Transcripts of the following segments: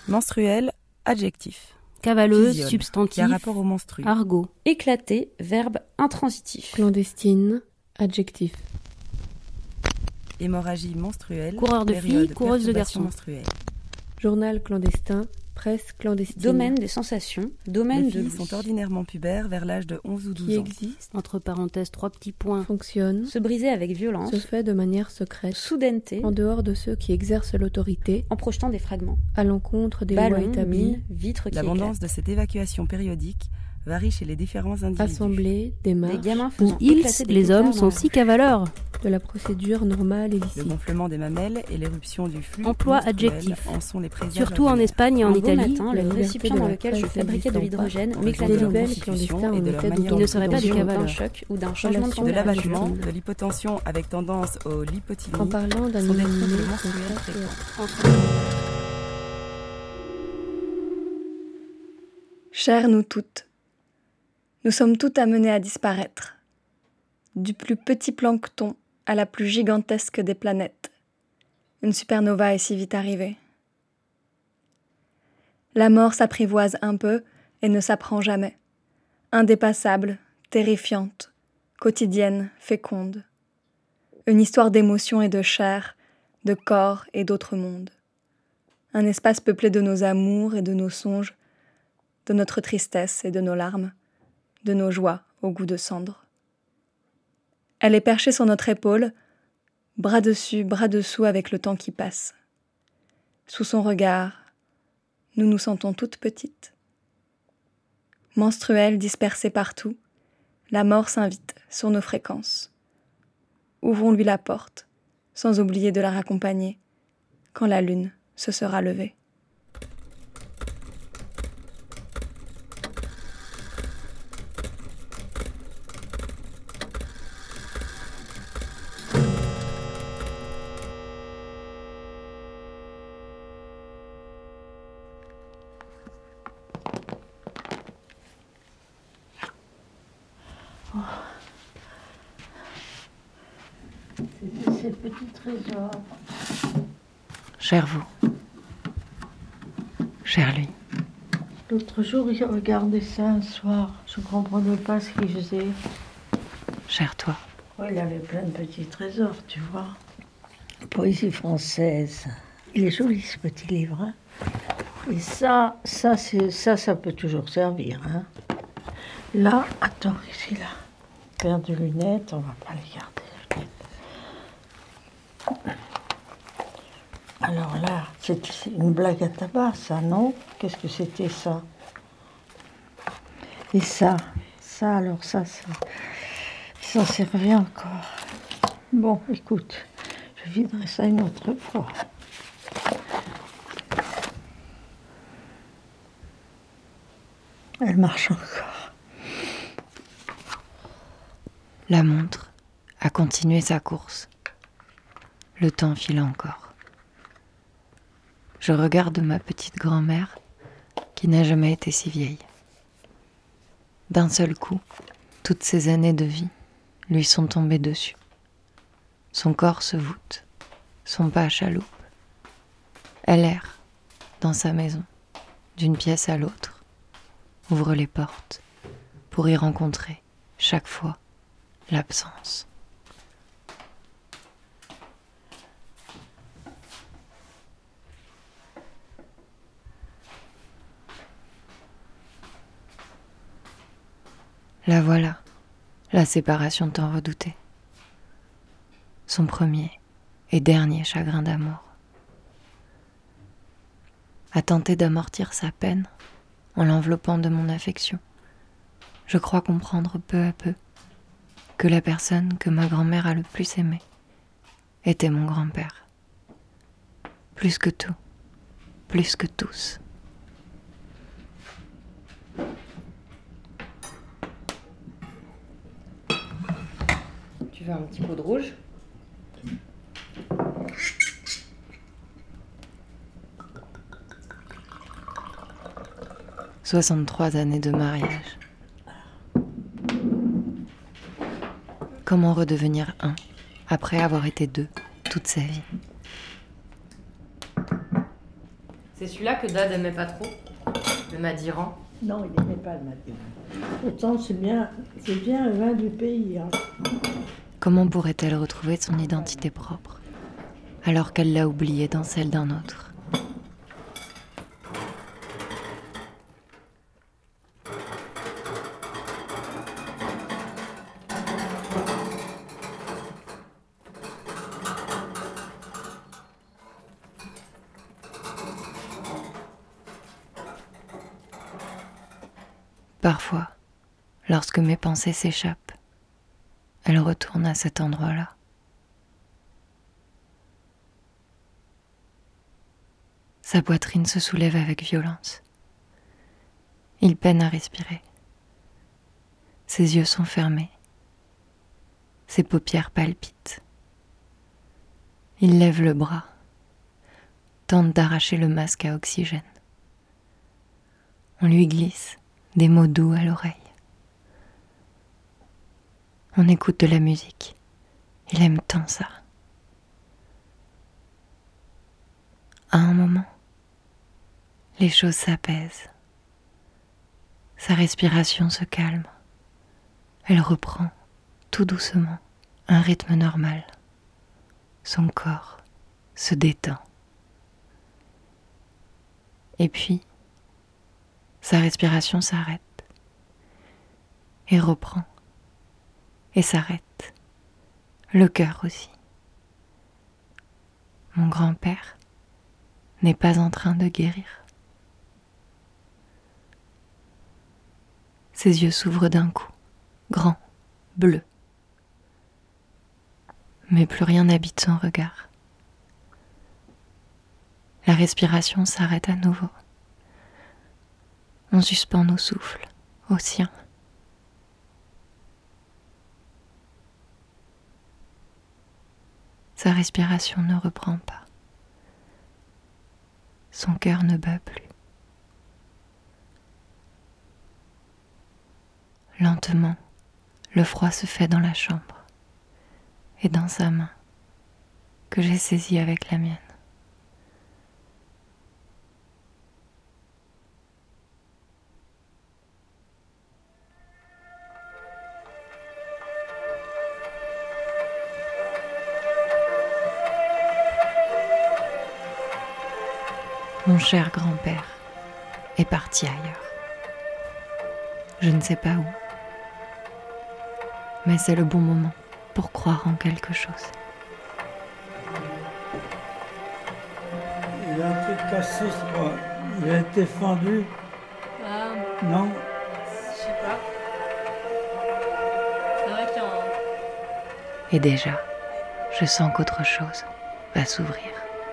Menstruel, adjectif. Cavaleuse, Physiole, substantif. qui a rapport au menstru. Argot. Éclaté, verbe intransitif. Clandestine, adjectif. Hémorragie menstruelle. Coureur de période filles, coureuse de perturbation garçons. menstruelle. Journal clandestin, presse clandestine. Domaine des sensations. Domaine Les de filles sont ordinairement pubères vers l'âge de 11 ou 12 qui ans. existe, Entre parenthèses, 3 petits points. fonctionne, Se briser avec violence. se fait de manière secrète, Soudaineté. en dehors de ceux qui exercent l'autorité, En projetant des fragments. à l'encontre des lois Ballon, établies, mine, vitre qui L'abondance éclate. de cette évacuation périodique varie chez les différents individus. assemblées, Des démarches, gamins ou faisant ils, éclater des les hommes, pétards sont dans la si cavaleurs de la procédure normale et Le licite. gonflement des mamelles et l'éruption du flux Emploi menstruel adjectif. en sont les présages Surtout en à venir. Espagne et en Un beau Italie, matin, le la liberté récipient de dans la lequel je presse fabriquais de n'existant l'hydrogène pas, m'éclatait Les en en rebelles constitution clandestins et en de leur étaient manière d'autant Il ne serait pas plus des dangereux. d'un Voilà. choc ou d'un changement de Relation De température. l'abattement, de l'hypotension avec tendance au lipothymie En parlant d'un sont des illuminé troubles menstruels contraire fréquents. Chères nous toutes, nous sommes toutes amenées à disparaître. Du plus petit plancton à la plus gigantesque des planètes. Une supernova est si vite arrivée. La mort s'apprivoise un peu et ne s'apprend jamais. Indépassable, terrifiante, quotidienne, féconde. Une histoire d'émotions et de chair, de corps et d'autres mondes. Un espace peuplé de nos amours et de nos songes, de notre tristesse et de nos larmes, de nos joies au goût de cendre. Elle est perchée sur notre épaule, bras dessus, bras dessous avec le temps qui passe. Sous son regard, nous nous sentons toutes petites. Menstruelles dispersées partout, la mort s'invite sur nos fréquences. Ouvrons-lui la porte, sans oublier de la raccompagner, quand la lune se sera levée. C'est ces petits trésors. Cher vous, cher lui, L'autre jour, j'ai regardé ça un soir. Je ne comprenais pas ce qu'il faisait. cher toi, Ouais, il avait plein de petits trésors, tu vois. Poésie française. Il est joli ce petit livre. Hein. Et ça peut toujours servir. Hein. Là, attends, ici, là. Paire de lunettes, on va pas les garder. Alors là, c'est une blague à tabac, ça, non? Qu'est-ce que c'était, ça? Et ça, alors ça s'en servait encore. Bon, écoute, je viderai ça une autre fois. Elle marche encore. la montre a continué sa course. Le temps file encore. Je regarde ma petite grand-mère qui n'a jamais été si vieille. D'un seul coup, toutes ces années de vie lui sont tombées dessus. Son corps se voûte, son pas chaloupe. Elle erre dans sa maison, d'une pièce à l'autre, ouvre les portes pour y rencontrer, chaque fois, l'absence. La voilà, la séparation tant redoutée. Son premier et dernier chagrin d'amour. A tenté d'amortir sa peine en l'enveloppant de mon affection. Je crois comprendre peu à peu que la personne que ma grand-mère a le plus aimée était mon grand-père. Plus que tout, plus que tous. Tu veux un petit pot de rouge ? « 63 années de mariage. Comment redevenir un après avoir été deux toute sa vie ? C'est celui-là que Dad aimait pas trop, le Madiran. Non, il n'aimait pas le matin. Pourtant, c'est bien un vin du pays. Hein. Comment pourrait-elle retrouver son identité propre, alors qu'elle l'a oubliée dans celle d'un autre ? Parfois, lorsque mes pensées s'échappent, elles retournent à cet endroit-là. Sa poitrine se soulève avec violence. Il peine à respirer. Ses yeux sont fermés. Ses paupières palpitent. Il lève le bras, tente d'arracher le masque à oxygène. On lui glisse des mots doux à l'oreille. On écoute de la musique. Il aime tant ça. À un moment, les choses s'apaisent. Sa respiration se calme. Elle reprend, tout doucement, un rythme normal. Son corps se détend. Et puis, sa respiration s'arrête et reprend et s'arrête. Le cœur aussi. Mon grand-père n'est pas en train de guérir. Ses yeux s'ouvrent d'un coup, grands, bleus. Mais plus rien n'habite son regard. La respiration s'arrête à nouveau. On suspend nos souffles au sien. Sa respiration ne reprend pas. Son cœur ne bat plus. Lentement, le froid se fait dans la chambre et dans sa main, que j'ai saisie avec la mienne. Mon cher grand-père est parti ailleurs. Je ne sais pas où. Mais c'est le bon moment pour croire en quelque chose. Il a un truc cassé, je crois. Il a été fendu. Non? Je sais pas. C'est vrai qu'il y a un... Et déjà, je sens qu'autre chose va s'ouvrir.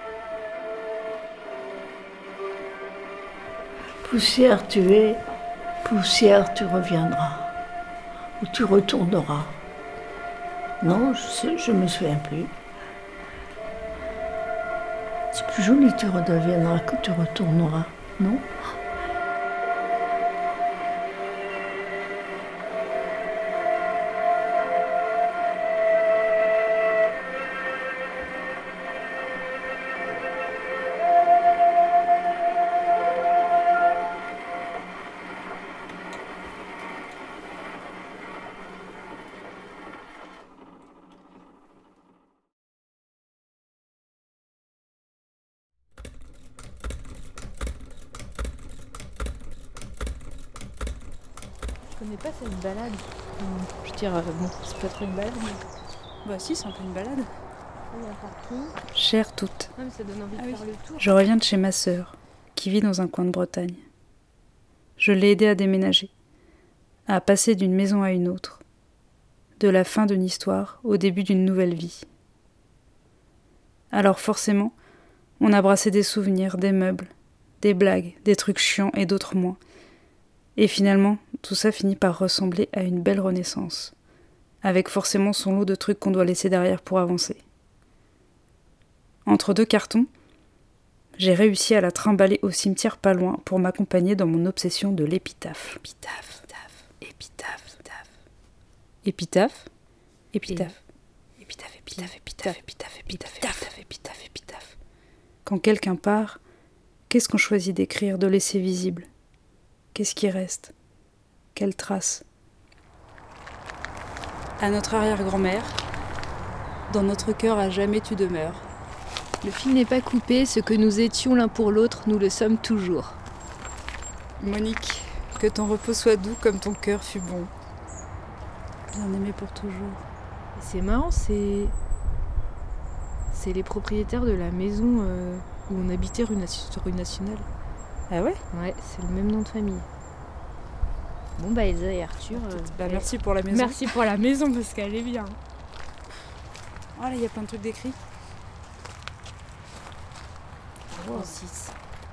Poussière tu es, poussière tu reviendras, ou tu retourneras. Non, je me souviens plus. C'est plus joli, tu redeviendras que tu retourneras, non? Je connais pas cette balade. Je veux dire, bon, c'est pas trop une balade, mais... Bah si, c'est un peu une balade. Il y a un parking. Chères toutes, Ah, mais ça donne envie de faire le tour. je reviens de chez ma sœur, qui vit dans un coin de Bretagne. Je l'ai aidée à déménager, à passer d'une maison à une autre, de la fin d'une histoire au début d'une nouvelle vie. Alors forcément, on a brassé des souvenirs, des meubles, des blagues, des trucs chiants et d'autres moins. Et finalement, tout ça finit par ressembler à une belle renaissance, avec forcément son lot de trucs qu'on doit laisser derrière pour avancer. Entre deux cartons, j'ai réussi à la trimballer au cimetière pas loin pour m'accompagner dans mon obsession de l'épitaphe. Épitaphe, épitaphe, épitaphe, épitaphe, épitaphe, épitaphe, épitaphe, épitaphe, épitaphe, épitaphe, épitaphe, épitaphe. Quand quelqu'un part, Qu'est-ce qu'on choisit d'écrire, de laisser visible? Qu'est-ce qui reste? Quelle trace? À notre arrière-grand-mère, dans notre cœur à jamais tu demeures. Le fil n'est pas coupé, ce que nous étions l'un pour l'autre, nous le sommes toujours. Monique, que ton repos soit doux comme ton cœur fut bon. Bien aimé pour toujours. C'est marrant, c'est les propriétaires de la maison où on habitait sur rue Nationale. Ah ouais? Ouais, c'est le même nom de famille. Bon bah Elsa et Arthur... merci pour la maison. Merci pour la maison parce qu'elle est bien. Oh là, il y a plein de trucs d'écrits. Oh, 6.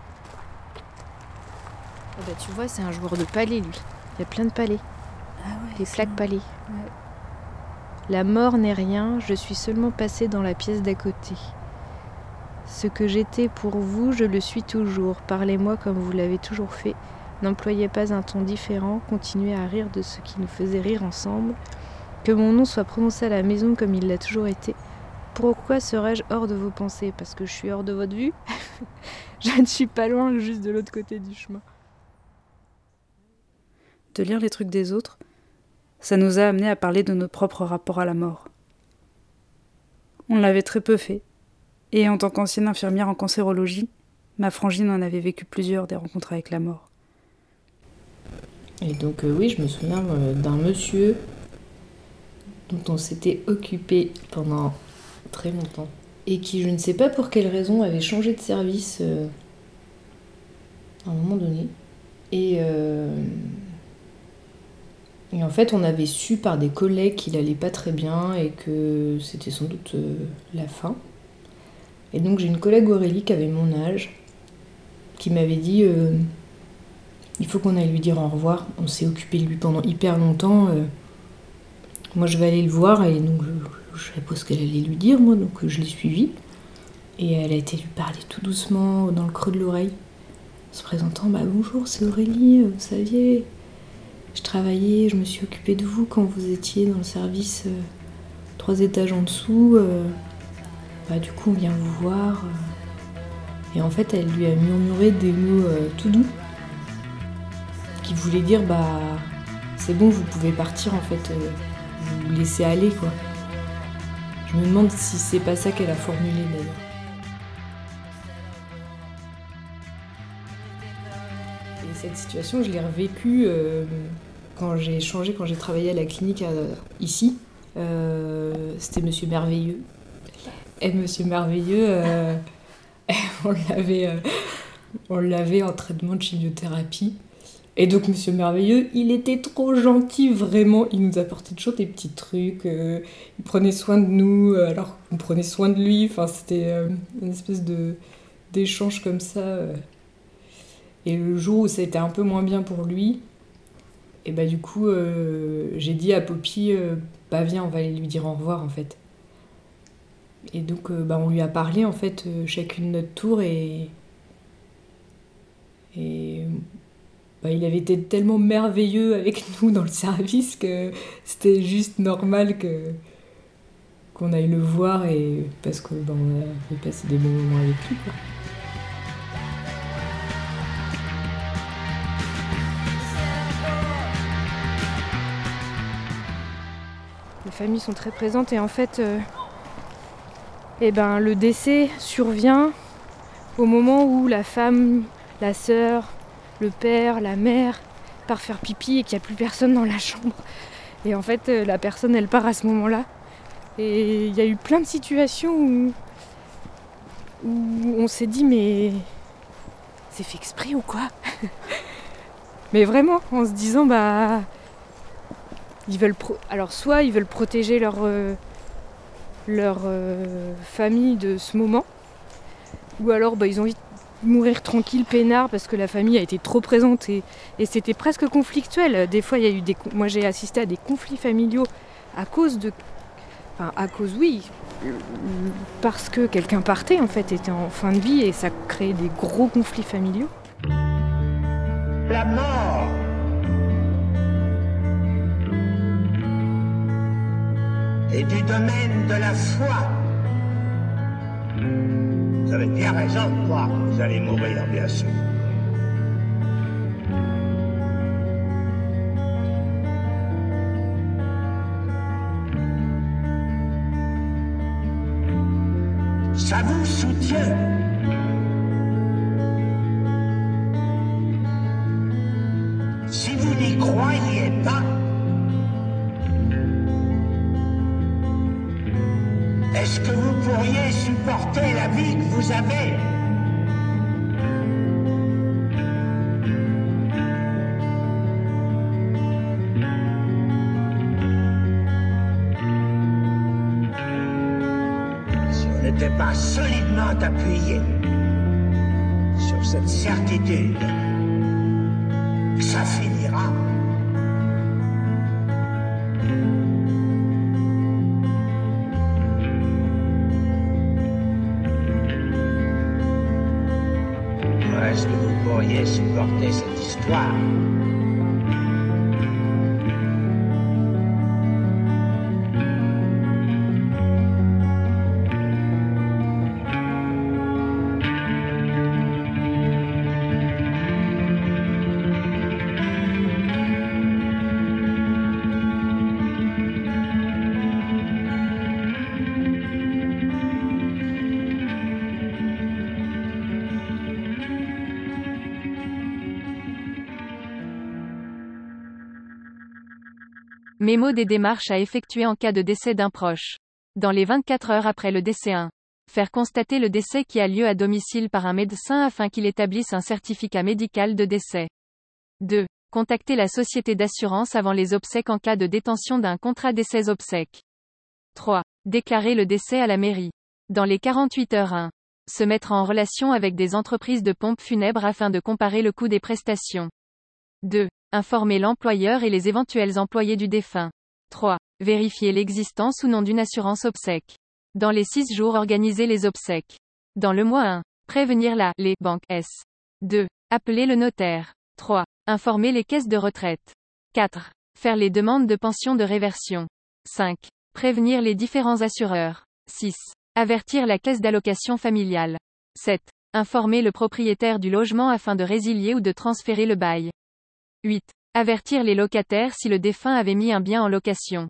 Oh bah tu vois, c'est un joueur de palais lui. Il y a plein de palais. Ah ouais. Des flaques palais. Ouais. La mort n'est rien, je suis seulement passée dans la pièce d'à côté. Ce que j'étais pour vous, je le suis toujours. Parlez-moi comme vous l'avez toujours fait. N'employez pas un ton différent, continuez à rire de ce qui nous faisait rire ensemble. Que mon nom soit prononcé à la maison comme il l'a toujours été. Pourquoi serais-je hors de vos pensées? Parce que je suis hors de votre vue? Je ne suis pas loin, juste de l'autre côté du chemin. De lire les trucs des autres, ça nous a amené à parler de notre propre rapport à la mort. On l'avait très peu fait, et en tant qu'ancienne infirmière en cancérologie, ma frangine en avait vécu plusieurs des rencontres avec la mort. Et donc oui, je me souviens d'un monsieur dont on s'était occupé pendant très longtemps et qui, je ne sais pas pour quelle raison, avait changé de service à un moment donné. Et en fait, on avait su par des collègues qu'il allait pas très bien et que c'était sans doute la fin. Et donc j'ai une collègue Aurélie qui avait mon âge, qui m'avait dit il faut qu'on aille lui dire au revoir. On s'est occupé de lui pendant hyper longtemps. Moi je vais aller le voir et donc je savais pas ce qu'elle allait lui dire moi, donc je l'ai suivie. Et elle a été lui parler tout doucement dans le creux de l'oreille, en se présentant bonjour, c'est Aurélie, vous saviez, je travaillais, je me suis occupée de vous quand vous étiez dans le service 3 étages en dessous. Du coup on vient vous voir. Et en fait elle lui a murmuré des mots tout doux qui voulaient dire c'est bon, vous pouvez partir en fait, vous laissez aller quoi. Je me demande si c'est pas ça qu'elle a formulé d'ailleurs. Et cette situation je l'ai revécue quand j'ai travaillé à la clinique ici. C'était Monsieur Merveilleux. Et Monsieur Merveilleux, on l'avait en traitement de chimiothérapie. Et donc Monsieur Merveilleux, il était trop gentil, vraiment. Il nous apportait toujours des petits trucs. Il prenait soin de nous, alors qu'on prenait soin de lui. Enfin, c'était une espèce d'échange comme ça. Et le jour où ça a été un peu moins bien pour lui, et du coup, j'ai dit à Poppy, viens, on va aller lui dire au revoir en fait. Et donc, on lui a parlé en fait, chacune notre tour et il avait été tellement merveilleux avec nous dans le service que c'était juste normal qu'on aille le voir et parce que on a passé des bons moments avec lui quoi. Les familles sont très présentes et en fait, le décès survient au moment où la femme, la sœur, le père, la mère part faire pipi et qu'il n'y a plus personne dans la chambre. Et en fait, la personne, elle part à ce moment-là. Et il y a eu plein de situations où on s'est dit, mais c'est fait exprès ou quoi? Mais vraiment, en se disant, soit ils veulent protéger leur famille de ce moment, ou alors ils ont envie de mourir tranquille, peinard, parce que la famille a été trop présente et c'était presque conflictuel. Des fois, moi j'ai assisté à des conflits familiaux parce que quelqu'un partait en fait, était en fin de vie et ça créait des gros conflits familiaux. La mort est du domaine de la foi. Vous avez bien raison de croire que vous allez mourir, bien sûr. Ça vous soutient. Si vous n'y croyez pas, est-ce que vous pourriez supporter la vie que vous avez? Si on n'était pas solidement appuyé sur cette certitude que ça finira. Est-ce que vous pourriez supporter cette histoire? Mémo des démarches à effectuer en cas de décès d'un proche. Dans les 24 heures après le décès 1. Faire constater le décès qui a lieu à domicile par un médecin afin qu'il établisse un certificat médical de décès. 2. Contacter la société d'assurance avant les obsèques en cas de détention d'un contrat décès-obsèques. 3. Déclarer le décès à la mairie. Dans les 48 heures 1. Se mettre en relation avec des entreprises de pompes funèbres afin de comparer le coût des prestations. 2. Informer l'employeur et les éventuels employés du défunt. 3. Vérifier l'existence ou non d'une assurance obsèques. Dans les 6 jours organiser les obsèques. Dans le mois 1. Prévenir les banques S. 2. Appeler le notaire. 3. Informer les caisses de retraite. 4. Faire les demandes de pension de réversion. 5. Prévenir les différents assureurs. 6. Avertir la caisse d'allocation familiale. 7. Informer le propriétaire du logement afin de résilier ou de transférer le bail. 8. Avertir les locataires si le défunt avait mis un bien en location.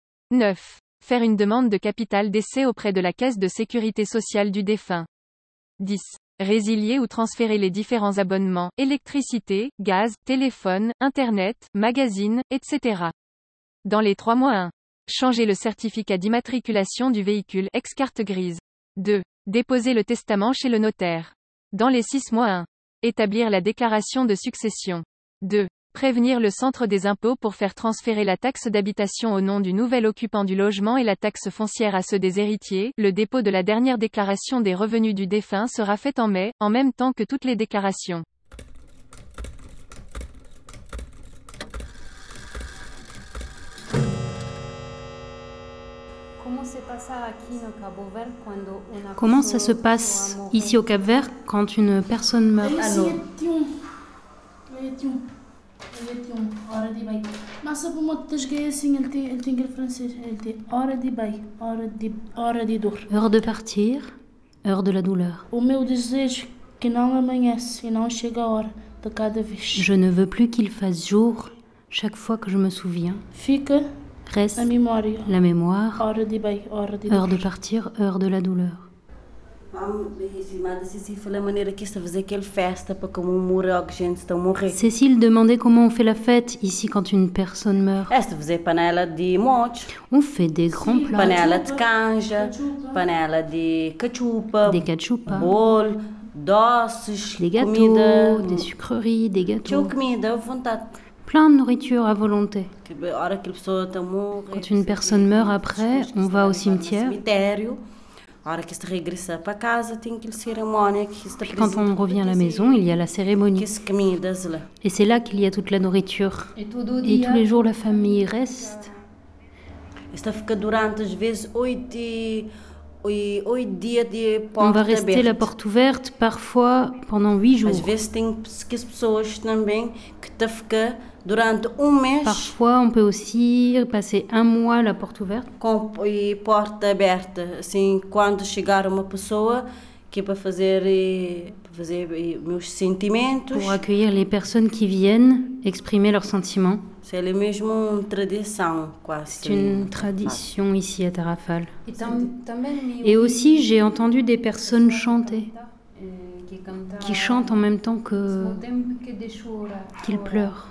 9. Faire une demande de capital décès auprès de la caisse de sécurité sociale du défunt. 10. Résilier ou transférer les différents abonnements, électricité, gaz, téléphone, internet, magazine, etc. Dans les 3 mois 1. Changer le certificat d'immatriculation du véhicule ex-carte grise. 2. Déposer le testament chez le notaire. Dans les 6 mois 1. Établir la déclaration de succession. 2. Prévenir le centre des impôts pour faire transférer la taxe d'habitation au nom du nouvel occupant du logement et la taxe foncière à ceux des héritiers. Le dépôt de la dernière déclaration des revenus du défunt sera fait en mai, en même temps que toutes les déclarations. Comment ça se passe ici au Cap-Vert quand une personne meurt? Heure de partir, heure de la douleur. Je ne veux plus qu'il fasse jour chaque fois que je me souviens. Reste la mémoire, heure de partir, heure de la douleur. Cécile demandait comment on fait la fête ici quand une personne meurt. On fait des grands plats, des cachupas, des gâteaux, des sucreries, des gâteaux. Plein de nourriture à volonté. Quand une personne meurt après, on va au cimetière. Puis quand on revient à la maison, il y a la cérémonie. Et c'est là qu'il y a toute la nourriture. Et tous les jours, la famille reste. On va rester la porte ouverte, parfois pendant 8 jours. Parfois, on peut aussi passer 1 mois la porte ouverte. Pour accueillir les personnes qui viennent exprimer leurs sentiments. C'est une tradition ici à Tarrafal. Et aussi, j'ai entendu des personnes chanter, qui chantent en même temps qu'ils pleurent.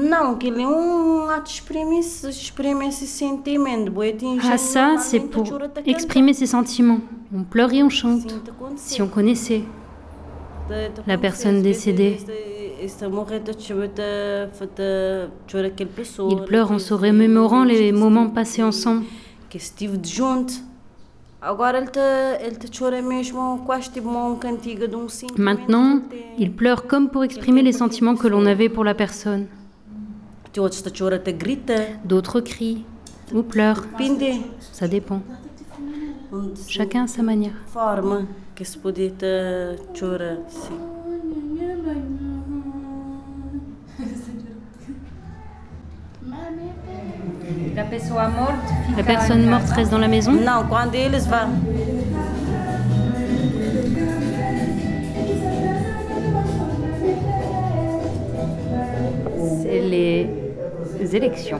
Ah, ça, c'est pour exprimer ses sentiments. On pleure et on chante, si on connaissait la personne décédée. Ils pleurent en se remémorant les moments passés ensemble. Maintenant, ils pleurent comme pour exprimer les sentiments que l'on avait pour la personne. D'autres crient ou pleurent. Ça dépend. Chacun à sa manière. La personne morte reste dans la maison? C'est les élections.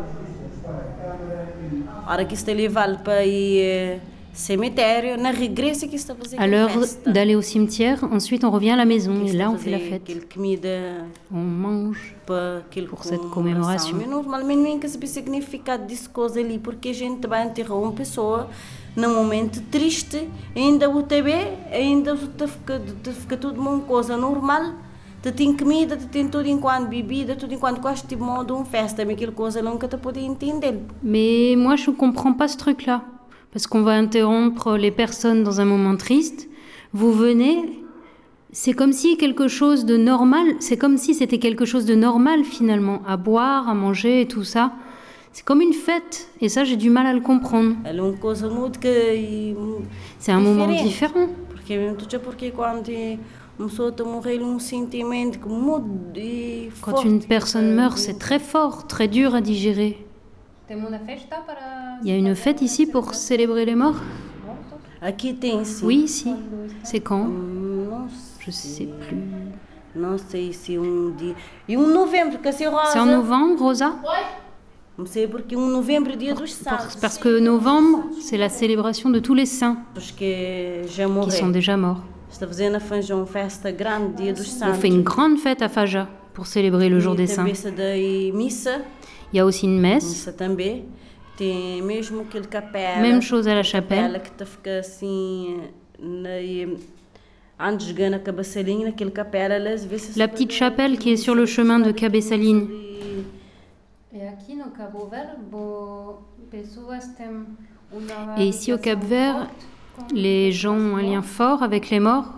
À l'heure d'aller au cimetière, ensuite on revient à la maison et là on fait la fête. On mange pour cette commémoration. Num momento triste, ainda o TB, ainda fica tudo uma coisa normal. Te tem comida, te tem tudo enquanto bebida, tudo enquanto quase tipo modo uma festa, mas aquela coisa nunca te pode entender. Mais moi je ne comprends pas ce truc-là. Parce qu'on va interrompre les personnes dans un moment triste. Vous venez, c'est comme si quelque chose de normal, c'est comme si c'était quelque chose de normal finalement, à boire, à manger et tout ça. C'est comme une fête, et ça j'ai du mal à le comprendre. C'est un moment différent. Quand une personne meurt, c'est très fort, très dur à digérer. Il y a une fête ici pour célébrer les morts? Oui, ici. C'est quand? Je sais plus. C'est en novembre, Rosa? Parce que novembre, c'est la célébration de tous les saints qui sont déjà morts. On fait une grande fête à Faja pour célébrer le jour des saints. Il y a aussi une messe. Même chose à la chapelle. La petite chapelle qui est sur le chemin de Cabeçaline. Et ici au Cap-Vert, les gens ont un lien fort avec les morts.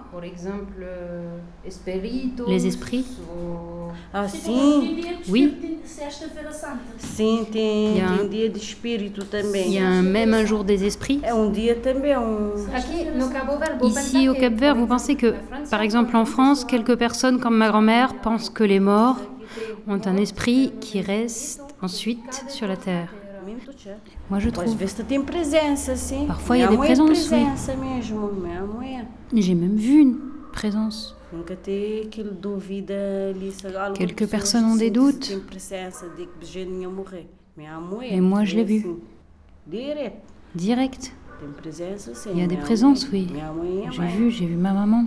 Les esprits. Ah, sim. Oui. Sim, tem dia de espírito também. Il y a même un jour des esprits. Dia também Ici au Cap-Vert, vous pensez que, par exemple en France, quelques personnes comme ma grand-mère pensent que les morts ont un esprit qui reste ensuite sur la terre. Moi je trouve. Parfois il y a des présences, oui. J'ai même vu une présence. Quelques personnes ont des doutes. Mais moi je l'ai vu. Direct. Il y a des présences, oui. J'ai vu ma maman.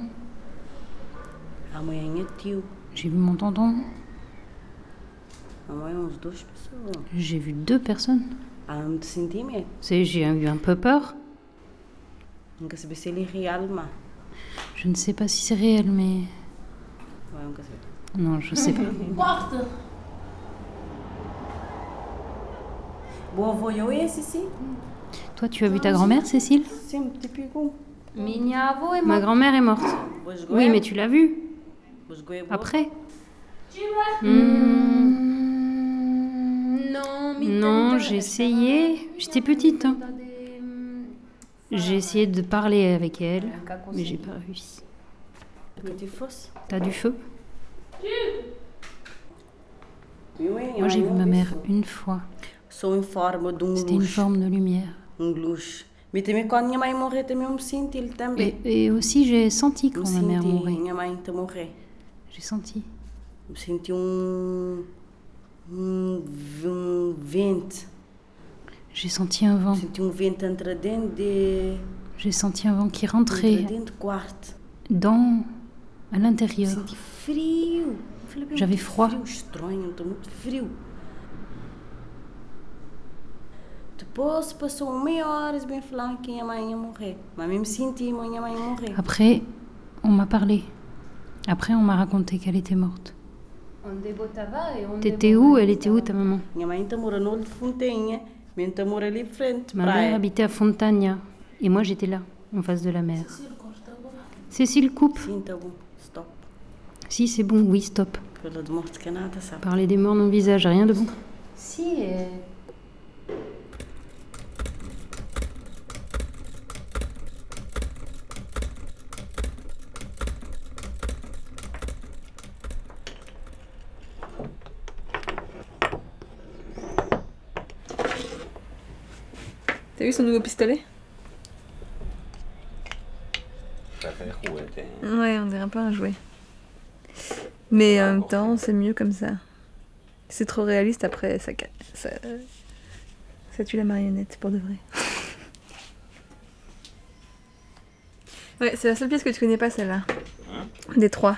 J'ai vu mon tonton. J'ai vu 2 personnes. J'ai eu un peu peur. Je ne sais pas si c'est réel, mais... Non, je sais pas. Toi, tu as vu ta grand-mère, Cécile? Ma grand-mère est morte. Oui, mais tu l'as vue. Après? Non, j'ai essayé. J'étais petite. Hein. J'ai essayé de parler avec elle, mais j'ai pas réussi. T'as du feu? Moi, j'ai vu ma mère une fois. C'était une forme de lumière. Mais também quando minha mãe morreu, também eu me senti ele também. Et aussi, j'ai senti quand ma mère mourait. Minha mãe morreu. J'ai senti. Me senti vento. J'ai senti un vent. Senti vento entrar dentro de... J'ai senti un vent qui rentrait dentro do quarto. À l'intérieur. Senti frio. J'avais froid. Frio estranho, estou muito frio. Depois passou meia hora bem falando que minha mãe ia morrer. Mas mesmo senti minha mãe morrer. Après, on m'a parlé. Après, on m'a raconté qu'elle était morte. T'étais où? Elle était où, ta maman? Minha mãe está morando no Olho de Fontainha. Minha mãe mora ali frente. Ma mère habitait à Fontagna. Et moi, j'étais là, en face de la mer. Cécile, coupe. Sim, tá bom. Stop. Si, c'est bon. Oui, stop. Pela de morte que nada, sabe? Parler des morts non visage, rien de bon. Si, T'as vu son nouveau pistolet? Ça fait jouet. Ouais, on dirait un peu un jouet. Mais en même temps, c'est mieux comme ça. C'est trop réaliste, après, ça tue la marionnette, pour de vrai. Ouais, c'est la seule pièce que tu connais pas, celle-là. Des trois.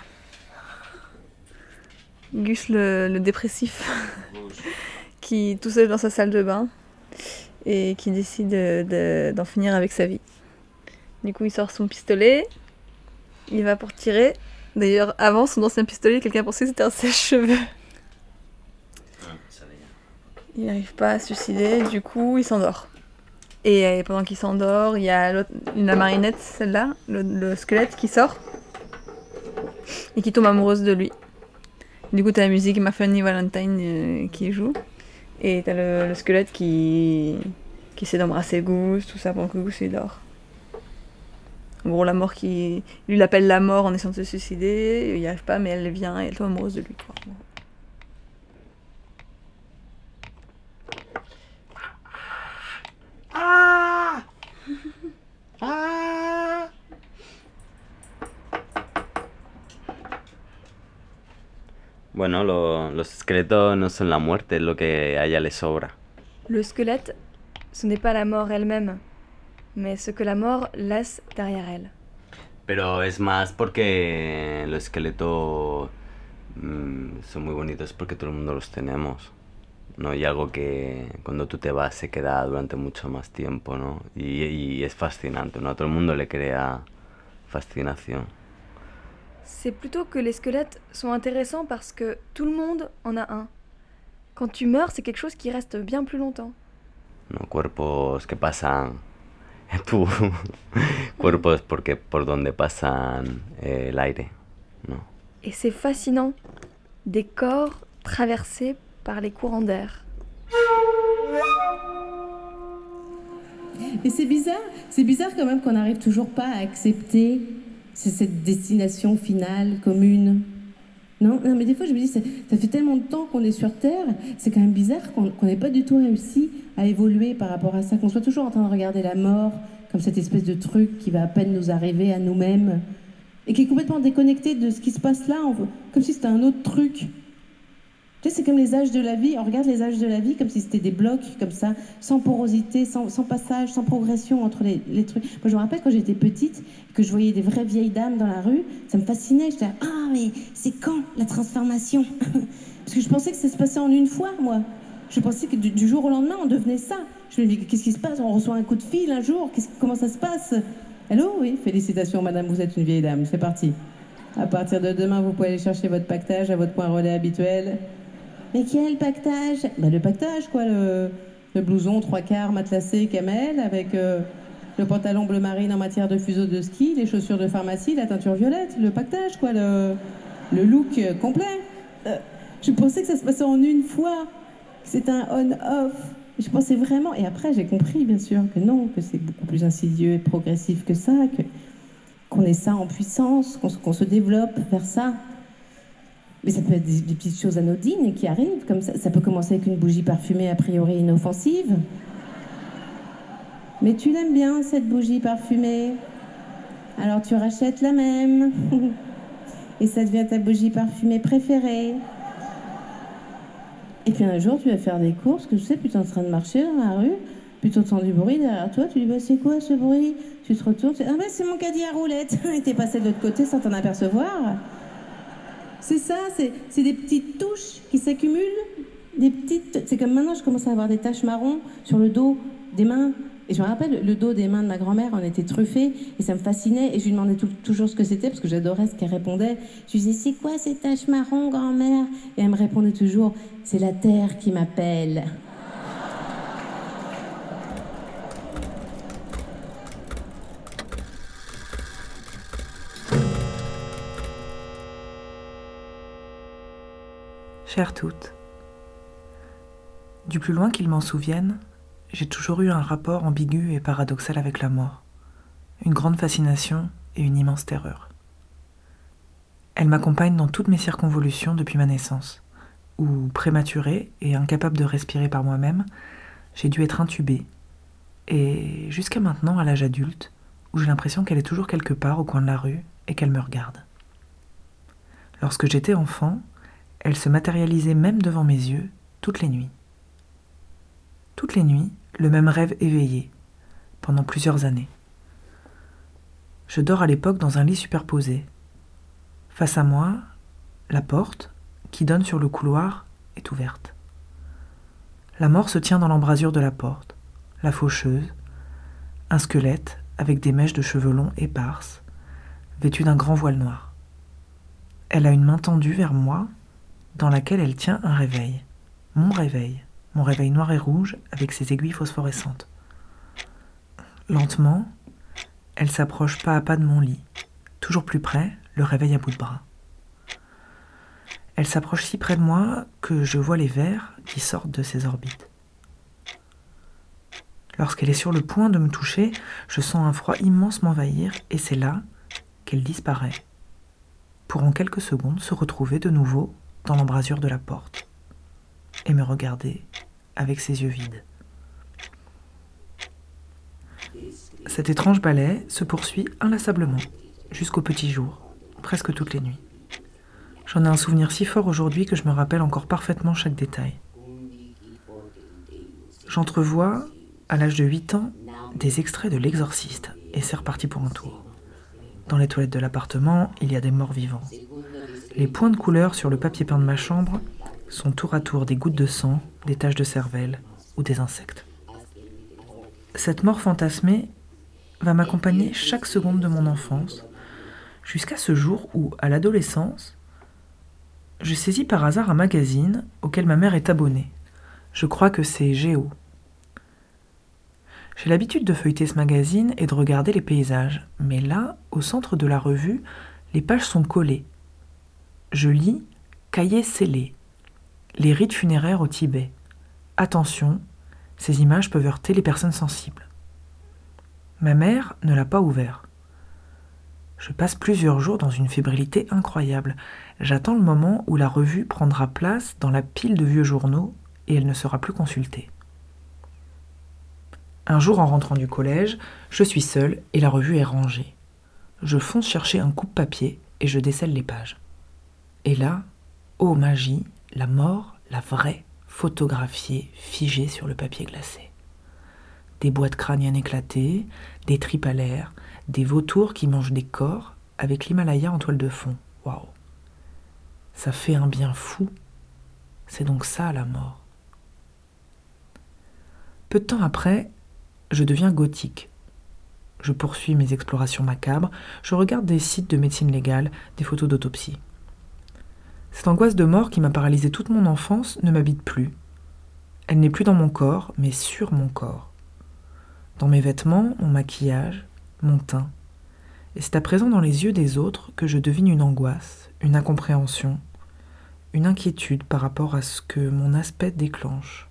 Gus le dépressif, qui tout seul dans sa salle de bain, et qui décide d'en finir avec sa vie. Du coup, il sort son pistolet, il va pour tirer. D'ailleurs, avant son ancien pistolet, quelqu'un pensait que c'était un sèche-cheveux. Il n'arrive pas à se suicider, du coup, il s'endort. Et pendant qu'il s'endort, il y a la marionnette, celle-là, le squelette qui sort et qui tombe amoureuse de lui. Du coup, t'as la musique My Funny Valentine qui joue. Et t'as le squelette qui essaie d'embrasser Goose, tout ça, pendant que Goose il dort. En gros, la mort lui l'appelle la mort en essayant de se suicider, il n'y arrive pas, mais elle vient et elle tombe amoureuse de lui, quoi. Ah Ah Bueno, los esqueletos no son la muerte, es lo que a ella le sobra. Le squelette, ce n'est pas la mort elle-même, mais ce que la mort laisse derrière elle. Pero es más porque los esqueletos son muy bonitos porque todo el mundo los tenemos, ¿no? Y algo que cuando tú te vas se queda durante mucho más tiempo, ¿no? Y es fascinante, ¿no? A todo el mundo le crea fascinación. C'est plutôt que les squelettes sont intéressants parce que tout le monde en a un. Quand tu meurs, c'est quelque chose qui reste bien plus longtemps. ¿No? Cuerpos que pasan cuerpos por donde pasan el aire, ¿no? Et c'est fascinant, des corps traversés par les courants d'air. Et c'est bizarre quand même qu'on n'arrive toujours pas à accepter cette destination finale commune. Non, mais des fois je me dis, ça fait tellement de temps qu'on est sur Terre, c'est quand même bizarre qu'on n'ait pas du tout réussi à évoluer par rapport à ça, qu'on soit toujours en train de regarder la mort comme cette espèce de truc qui va à peine nous arriver à nous-mêmes, et qui est complètement déconnecté de ce qui se passe là, comme si c'était un autre truc. Tu sais, c'est comme les âges de la vie, on regarde les âges de la vie comme si c'était des blocs, comme ça, sans porosité, sans passage, sans progression entre les trucs. Moi, je me rappelle quand j'étais petite, que je voyais des vraies vieilles dames dans la rue, ça me fascinait, j'étais là, ah, mais c'est quand la transformation? Parce que je pensais que ça se passait en une fois, moi. Je pensais que du jour au lendemain, on devenait ça. Je me dis, qu'est-ce qui se passe? On reçoit un coup de fil un jour, comment ça se passe? Allô? Oui, félicitations, madame, vous êtes une vieille dame, c'est parti. À partir de demain, vous pouvez aller chercher votre pactage à votre point relais habituel. Mais quel pactage? Le pactage, quoi, le blouson 3/4 matelassé camel, avec le pantalon bleu marine en matière de fuseau de ski, les chaussures de pharmacie, la teinture violette, le pactage, quoi, le look complet. Je pensais que ça se passait en une fois, que c'était un on-off. Je pensais vraiment, et après j'ai compris bien sûr que non, que c'est beaucoup plus insidieux et progressif que ça, qu'on ait ça en puissance, qu'on se développe vers ça. Mais ça peut être des petites choses anodines qui arrivent, comme ça. Ça peut commencer avec une bougie parfumée a priori inoffensive. Mais tu l'aimes bien, cette bougie parfumée. Alors tu rachètes la même. Et ça devient ta bougie parfumée préférée. Et puis un jour, tu vas faire des courses, que tu sais, puis tu es en train de marcher dans la rue, puis tu entends du bruit derrière toi, tu dis bah, c'est quoi ce bruit? Tu te retournes, tu dis ah bah c'est mon caddie à roulettes. Et t'es passé de l'autre côté sans t'en apercevoir. C'est ça, c'est des petites touches qui s'accumulent. Des petites. C'est comme maintenant, je commence à avoir des taches marron sur le dos des mains. Et je me rappelle, le dos des mains de ma grand-mère en était truffé, et ça me fascinait, et je lui demandais toujours ce que c'était, parce que j'adorais ce qu'elle répondait. Je lui disais, c'est quoi ces taches marron, grand-mère? Et elle me répondait toujours, c'est la terre qui m'appelle. Chères toutes, du plus loin qu'ils m'en souviennent, j'ai toujours eu un rapport ambigu et paradoxal avec la mort, une grande fascination et une immense terreur. Elle m'accompagne dans toutes mes circonvolutions depuis ma naissance, où, prématurée et incapable de respirer par moi-même, j'ai dû être intubée, et jusqu'à maintenant à l'âge adulte, où j'ai l'impression qu'elle est toujours quelque part au coin de la rue et qu'elle me regarde. Lorsque j'étais enfant, elle se matérialisait même devant mes yeux toutes les nuits. Toutes les nuits, le même rêve éveillé, pendant plusieurs années. Je dors à l'époque dans un lit superposé. Face à moi, la porte, qui donne sur le couloir, est ouverte. La mort se tient dans l'embrasure de la porte, la faucheuse, un squelette avec des mèches de cheveux longs éparses, vêtu d'un grand voile noir. Elle a une main tendue vers moi, dans laquelle elle tient un réveil, mon réveil noir et rouge avec ses aiguilles phosphorescentes. Lentement, elle s'approche pas à pas de mon lit, toujours plus près, le réveil à bout de bras. Elle s'approche si près de moi que je vois les vers qui sortent de ses orbites. Lorsqu'elle est sur le point de me toucher, je sens un froid immense m'envahir et c'est là qu'elle disparaît, pour en quelques secondes se retrouver de nouveau dans l'embrasure de la porte et me regarder avec ses yeux vides. Cet étrange ballet se poursuit inlassablement jusqu'au petit jour, presque toutes les nuits. J'en ai un souvenir si fort aujourd'hui que je me rappelle encore parfaitement chaque détail. J'entrevois, à l'âge de 8 ans, des extraits de L'Exorciste, et c'est reparti pour un tour. Dans les toilettes de l'appartement, il y a des morts vivants. Les points de couleur sur le papier peint de ma chambre sont tour à tour des gouttes de sang, des taches de cervelle ou des insectes. Cette mort fantasmée va m'accompagner chaque seconde de mon enfance, jusqu'à ce jour où, à l'adolescence, je saisis par hasard un magazine auquel ma mère est abonnée. Je crois que c'est Géo. J'ai l'habitude de feuilleter ce magazine et de regarder les paysages, mais là, au centre de la revue, les pages sont collées. Je lis « Cahiers scellés », les rites funéraires au Tibet. Attention, ces images peuvent heurter les personnes sensibles. Ma mère ne l'a pas ouvert. Je passe plusieurs jours dans une fébrilité incroyable. J'attends le moment où la revue prendra place dans la pile de vieux journaux et elle ne sera plus consultée. Un jour, en rentrant du collège, je suis seule et la revue est rangée. Je fonce chercher un coupe-papier et je décèle les pages. Et là, ô magie, la mort, la vraie, photographiée, figée sur le papier glacé. Des boîtes crâniennes éclatées, des tripes à l'air, des vautours qui mangent des corps avec l'Himalaya en toile de fond. Waouh! Ça fait un bien fou. C'est donc ça la mort. Peu de temps après, je deviens gothique. Je poursuis mes explorations macabres, je regarde des sites de médecine légale, des photos d'autopsie. Cette angoisse de mort qui m'a paralysé toute mon enfance ne m'habite plus. Elle n'est plus dans mon corps, mais sur mon corps. Dans mes vêtements, mon maquillage, mon teint. Et c'est à présent dans les yeux des autres que je devine une angoisse, une incompréhension, une inquiétude par rapport à ce que mon aspect déclenche.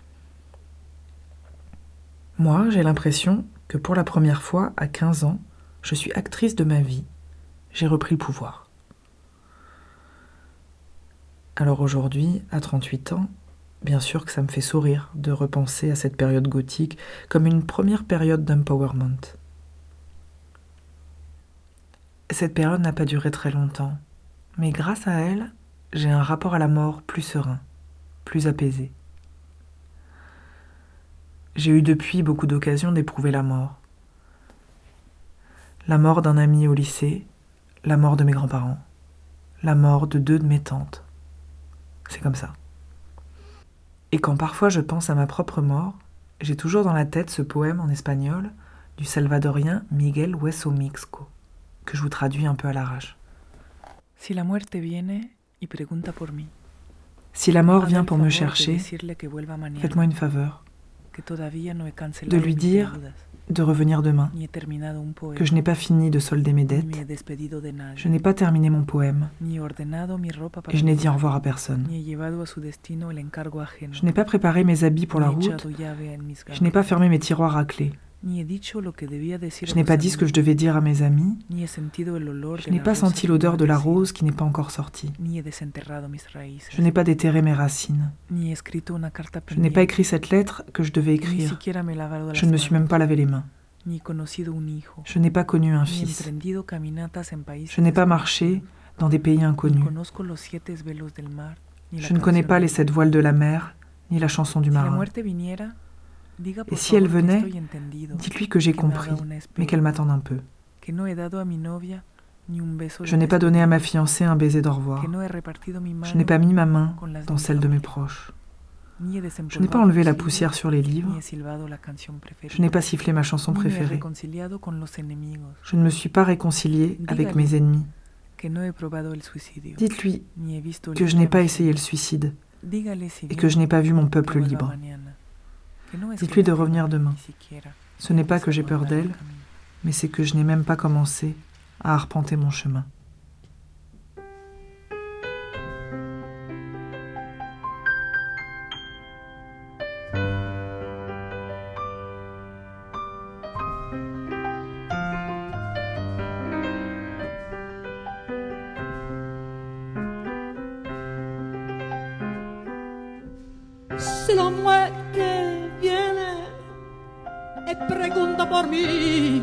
Moi, j'ai l'impression que pour la première fois, à 15 ans, je suis actrice de ma vie. J'ai repris le pouvoir. Alors aujourd'hui, à 38 ans, Bien sûr que ça me fait sourire de repenser à cette période gothique comme une première période d'empowerment. Cette période n'a pas duré très longtemps, mais grâce à elle, j'ai un rapport à la mort plus serein, plus apaisé. J'ai eu depuis beaucoup d'occasions d'éprouver la mort. La mort d'un ami au lycée, la mort de mes grands-parents, la mort de 2 de mes tantes. C'est comme ça. Et quand parfois je pense à ma propre mort, j'ai toujours dans la tête ce poème en espagnol du salvadorien Miguel Hueso Mixco, que je vous traduis un peu à l'arrache. Si la muerte viene y pregunta por mí. Si la mort vient pour me chercher, faites-moi une faveur, de lui dire de revenir demain, que je n'ai pas fini de solder mes dettes, je n'ai pas terminé mon poème, et je n'ai dit au revoir à personne. Je n'ai pas préparé mes habits pour la route, je n'ai pas fermé mes tiroirs à clé. Je n'ai pas dit ce que je devais dire à mes amis, je n'ai pas senti l'odeur de la rose qui n'est pas encore sortie. Je n'ai pas déterré mes racines. Je n'ai pas écrit cette lettre que je devais écrire. Je ne me suis même pas lavé les mains. Je n'ai pas connu un fils. Je n'ai pas marché dans des pays inconnus. Je ne connais pas les 7 voiles de la mer, ni la chanson du marin. Et si elle venait, dites-lui que j'ai compris, mais qu'elle m'attende un peu. Je n'ai pas donné à ma fiancée un baiser d'au revoir. Je n'ai pas mis ma main dans celle de mes proches. Je n'ai pas enlevé la poussière sur les livres. Je n'ai pas sifflé ma chanson préférée. Je ne me suis pas réconcilié avec mes ennemis. Dites-lui que je n'ai pas essayé le suicide et que je n'ai pas vu mon peuple libre. Dites-lui de revenir demain. Ce n'est pas que j'ai peur d'elle, mais c'est que je n'ai même pas commencé à arpenter mon chemin. Si la muerte viene y pregunta por mí,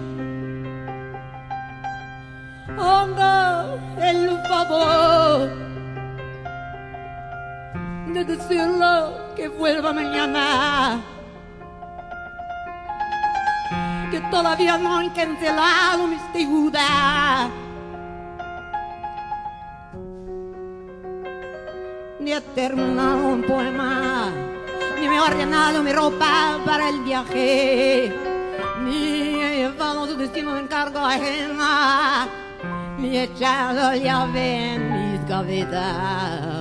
haga el favor de decirle que vuelva mañana, que todavía no han cancelado mis deudas, ni he terminado un poema, ni me he ordenado mi ropa para el viaje, ni he llevado su destino de encargo ajena, ni he echado llave en mis gavetas.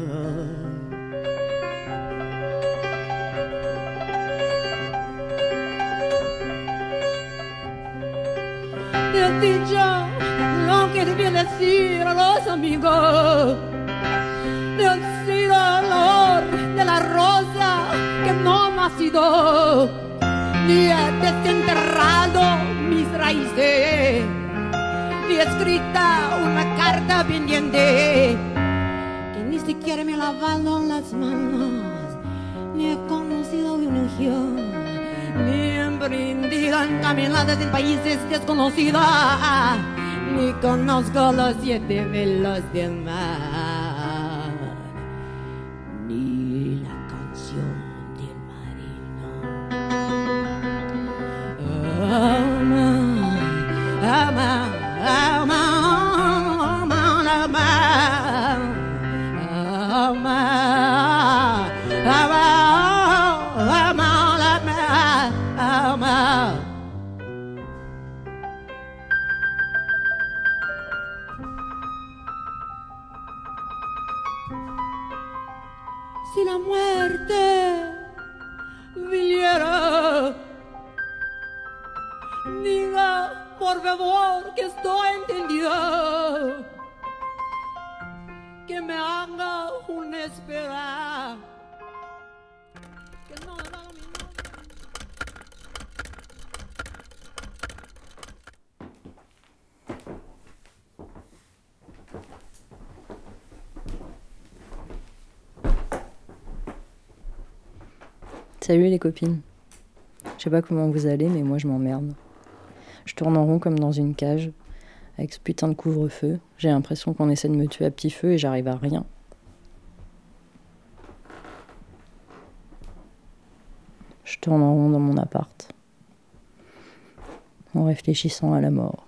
Te he dicho lo que debía decir a los amigos. Te he sido el olor de la rosa que no me ha sido, ni he desenterrado mis raíces, ni he escrita una carta pendiente, que ni siquiera me he lavado las manos, ni he conocido una unción, ni he emprendido en caminadas en países desconocidos, ni conozco los 7 velos del mar. Si la muerte viniera, diga por favor que estoy entendido, que me haga una espera, que no me haga mi nombre. Salut les copines. Je sais pas comment vous allez, mais moi je m'emmerde. Je tourne en rond comme dans une cage, avec ce putain de couvre-feu. J'ai l'impression qu'on essaie de me tuer à petit feu et j'arrive à rien. Je tourne en rond dans mon appart, en réfléchissant à la mort.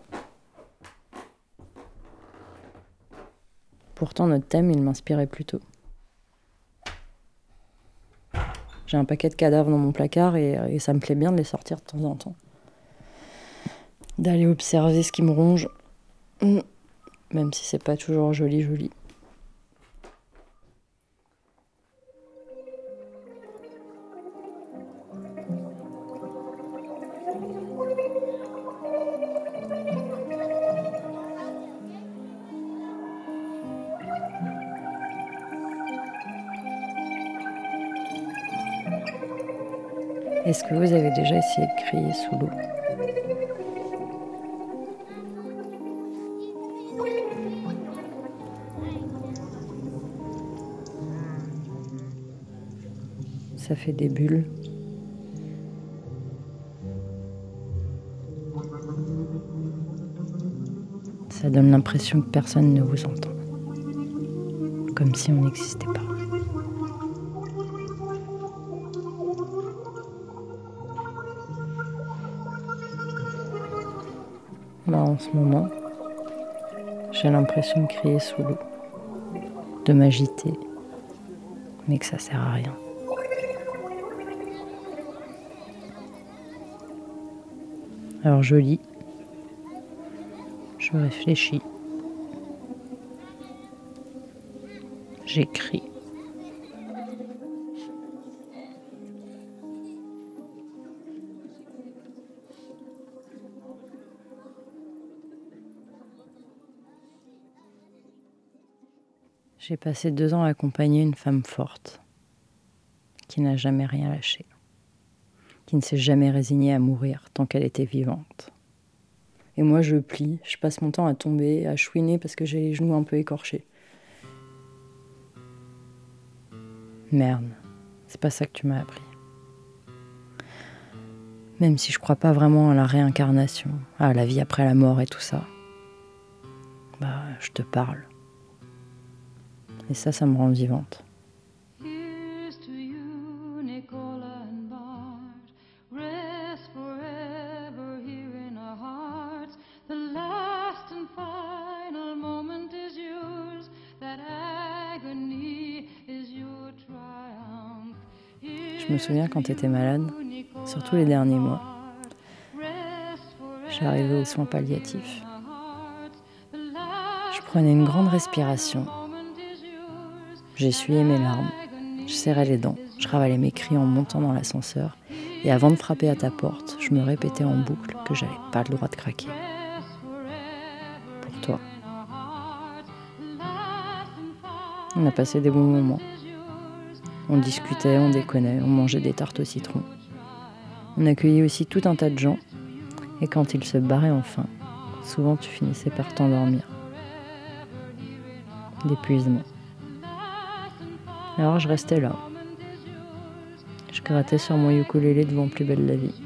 Pourtant, notre thème, il m'inspirait plutôt. J'ai un paquet de cadavres dans mon placard et ça me plaît bien de les sortir de temps en temps. D'aller observer ce qui me ronge, même si c'est pas toujours joli. Est-ce que vous avez déjà essayé de crier sous l'eau ? Ça fait des bulles. Ça donne l'impression que personne ne vous entend. Comme si on n'existait pas. En ce moment, j'ai l'impression de crier sous l'eau, de m'agiter, mais que ça sert à rien. Alors je lis, je réfléchis, j'écris. J'ai passé 2 ans à accompagner une femme forte, qui n'a jamais rien lâché, qui ne s'est jamais résignée à mourir tant qu'elle était vivante. Et moi je plie, je passe mon temps à tomber, à chouiner parce que j'ai les genoux un peu écorchés. Merde, c'est pas ça que tu m'as appris. Même si je crois pas vraiment à la réincarnation, à la vie après la mort et tout ça, je te parle. Et ça me rend vivante. Je me souviens quand t'étais malade, surtout les derniers mois. J'arrivais aux soins palliatifs. Je prenais une grande respiration. J'essuyais mes larmes, je serrais les dents, je ravalais mes cris en montant dans l'ascenseur et avant de frapper à ta porte, je me répétais en boucle que j'avais pas le droit de craquer. Pour toi. On a passé des bons moments. On discutait, on déconnait, on mangeait des tartes au citron. On accueillait aussi tout un tas de gens et quand ils se barraient enfin, souvent tu finissais par t'endormir. D'épuisement. Alors je restais là. Je grattais sur mon ukulélé devant Plus belle la vie.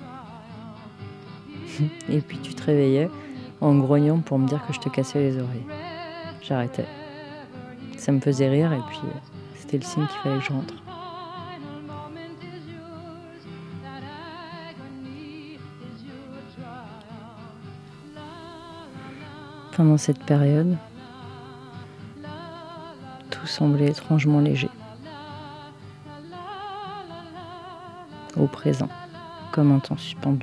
Et puis tu te réveillais en grognant pour me dire que je te cassais les oreilles. J'arrêtais. Ça me faisait rire et puis c'était le signe qu'il fallait que je rentre. Pendant cette période, tout semblait étrangement léger. Au présent, comme un temps suspendu.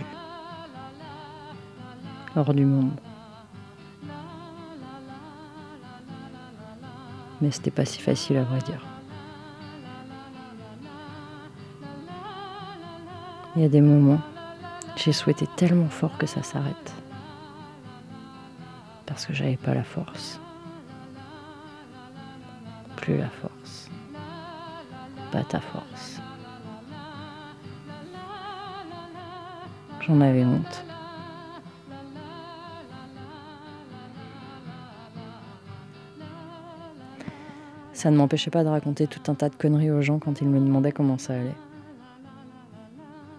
Hors du monde. Mais c'était pas si facile à vrai dire. Il y a des moments, j'ai souhaité tellement fort que ça s'arrête. Parce que j'avais pas la force. Plus la force. Pas ta force. J'en avais honte. Ça ne m'empêchait pas de raconter tout un tas de conneries aux gens quand ils me demandaient comment ça allait.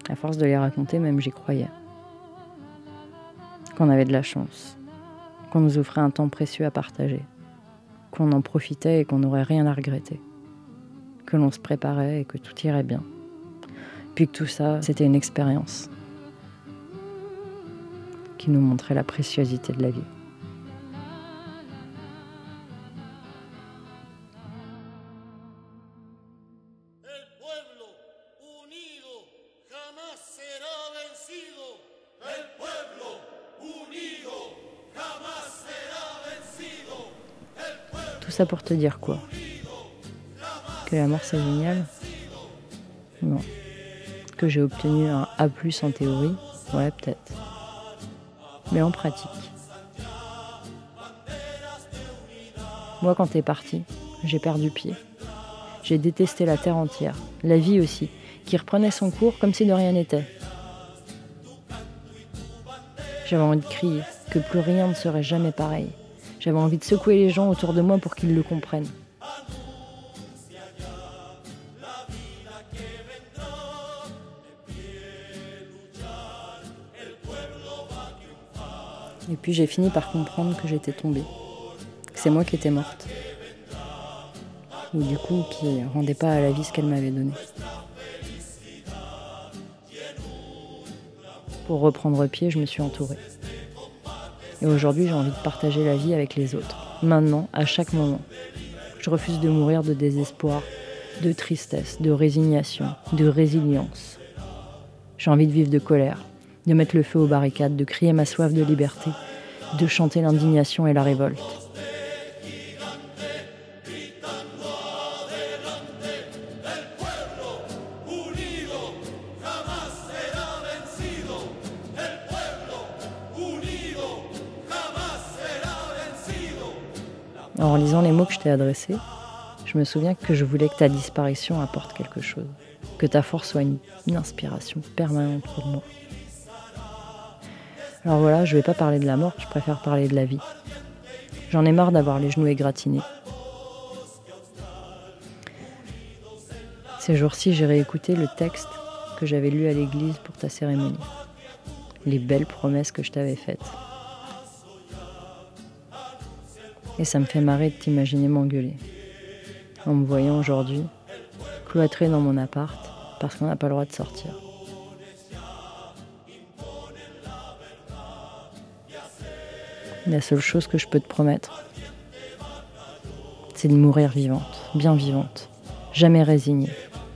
À force de les raconter, même j'y croyais. Qu'on avait de la chance, qu'on nous offrait un temps précieux à partager, qu'on en profitait et qu'on n'aurait rien à regretter, que l'on se préparait et que tout irait bien. Puis que tout ça, c'était une expérience qui nous montrait la préciosité de la vie. Tout ça pour te dire quoi? Que la mort c'est génial? Non. Que j'ai obtenu un A+ en théorie? Ouais, peut-être. Mais en pratique. Moi, quand t'es parti, j'ai perdu pied. J'ai détesté la terre entière, la vie aussi, qui reprenait son cours comme si de rien n'était. J'avais envie de crier, que plus rien ne serait jamais pareil. J'avais envie de secouer les gens autour de moi pour qu'ils le comprennent. Et puis j'ai fini par comprendre que j'étais tombée, que c'est moi qui étais morte. Ou du coup qui rendait pas à la vie ce qu'elle m'avait donné. Pour reprendre pied, je me suis entourée. Et aujourd'hui, j'ai envie de partager la vie avec les autres. Maintenant, à chaque moment. Je refuse de mourir de désespoir, de tristesse, de résignation, de résilience. J'ai envie de vivre de colère, de mettre le feu aux barricades, de crier ma soif de liberté, de chanter l'indignation et la révolte. En lisant les mots que je t'ai adressés, je me souviens que je voulais que ta disparition apporte quelque chose, que ta force soit une inspiration permanente pour moi. Alors voilà, je vais pas parler de la mort, je préfère parler de la vie. J'en ai marre d'avoir les genoux égratignés. Ces jours-ci, j'ai réécouté le texte que j'avais lu à l'église pour ta cérémonie. Les belles promesses que je t'avais faites. Et ça me fait marrer de t'imaginer m'engueuler. En me voyant aujourd'hui, cloîtrée dans mon appart, parce qu'on n'a pas le droit de sortir. La seule chose que je peux te promettre, c'est de mourir vivante, bien vivante, jamais résignée.